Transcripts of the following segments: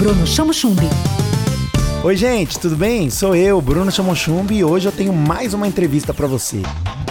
Bruno Chamo Chumbi. Oi gente, tudo bem? Sou eu, Bruno Chamo Chumbi, e hoje eu tenho mais uma entrevista para você.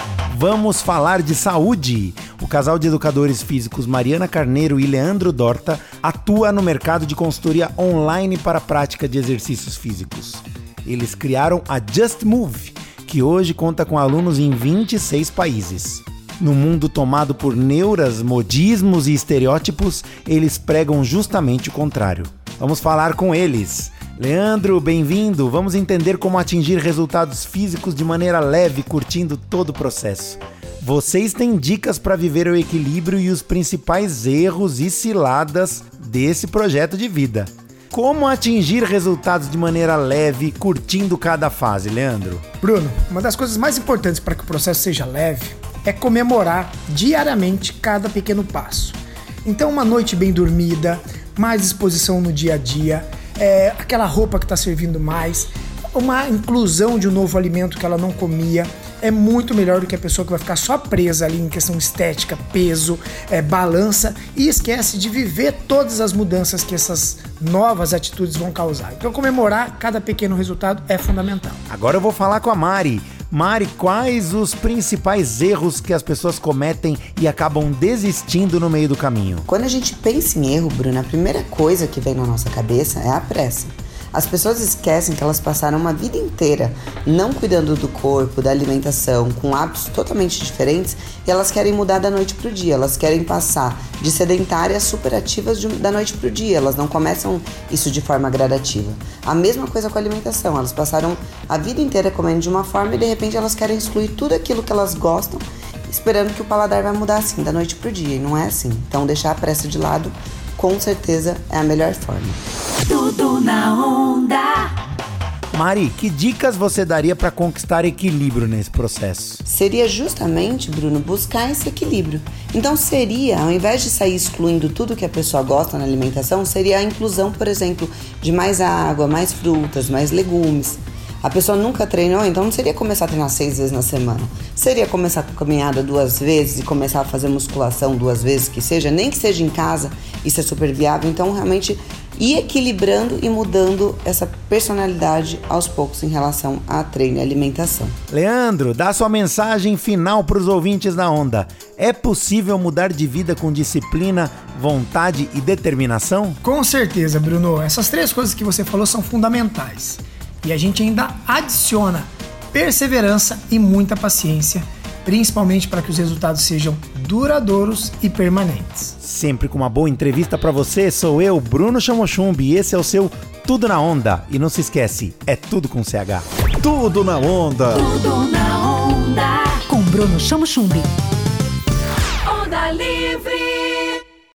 Vamos falar de saúde. O casal de educadores físicos Mariana Carneiro e Leandro Dorta atua no mercado de consultoria online para a prática de exercícios físicos. Eles criaram a Just Move, que hoje conta com alunos em 26 países. No mundo tomado por neuras, modismos e estereótipos, eles pregam justamente o contrário. Vamos falar com eles. Leandro, bem-vindo. Vamos entender como atingir resultados físicos de maneira leve, curtindo todo o processo. Vocês têm dicas para viver o equilíbrio e os principais erros e ciladas desse projeto de vida. Como atingir resultados de maneira leve, curtindo cada fase, Leandro? Bruno, uma das coisas mais importantes para que o processo seja leve é comemorar diariamente cada pequeno passo. Então, uma noite bem dormida, mais disposição no dia a dia, aquela roupa que está servindo mais, uma inclusão de um novo alimento que ela não comia, é muito melhor do que a pessoa que vai ficar só presa ali em questão estética, peso, balança e esquece de viver todas as mudanças que essas novas atitudes vão causar. Então comemorar cada pequeno resultado é fundamental. Agora eu vou falar com a Mari. Mari, quais os principais erros que as pessoas cometem e acabam desistindo no meio do caminho? Quando a gente pensa em erro, Bruno, a primeira coisa que vem na nossa cabeça é a pressa. As pessoas esquecem que elas passaram uma vida inteira não cuidando do corpo, da alimentação, com hábitos totalmente diferentes e elas querem mudar da noite pro dia. Elas querem passar de sedentárias superativas da noite pro dia. Elas não começam isso de forma gradativa. A mesma coisa com a alimentação. Elas passaram a vida inteira comendo de uma forma e de repente elas querem excluir tudo aquilo que elas gostam, esperando que o paladar vai mudar assim, da noite pro dia. E não é assim. Então deixar a pressa de lado, com certeza, é a melhor forma. Tudo na onda. Mari, que dicas você daria para conquistar equilíbrio nesse processo? Seria justamente, Bruno, buscar esse equilíbrio. Então seria, ao invés de sair excluindo tudo que a pessoa gosta na alimentação, seria a inclusão, por exemplo, de mais água, mais frutas, mais legumes. A pessoa nunca treinou, então não seria começar a treinar 6 vezes na semana. Seria começar com caminhada 2 vezes e começar a fazer musculação 2 vezes, que seja, nem que seja em casa, isso é super viável. Então realmente ir equilibrando e mudando essa personalidade aos poucos em relação a treino e alimentação. Leandro, dá sua mensagem final para os ouvintes da Onda. É possível mudar de vida com disciplina, vontade e determinação? Com certeza, Bruno. Essas 3 coisas que você falou são fundamentais. E a gente ainda adiciona perseverança e muita paciência, principalmente para que os resultados sejam duradouros e permanentes. Sempre com uma boa entrevista para você, sou eu, Bruno Chamo Chumbi, e esse é o seu Tudo na Onda. E não se esquece, é tudo com CH. Tudo na Onda. Tudo na onda. Com Bruno Chamo Chumbi. Onda Livre.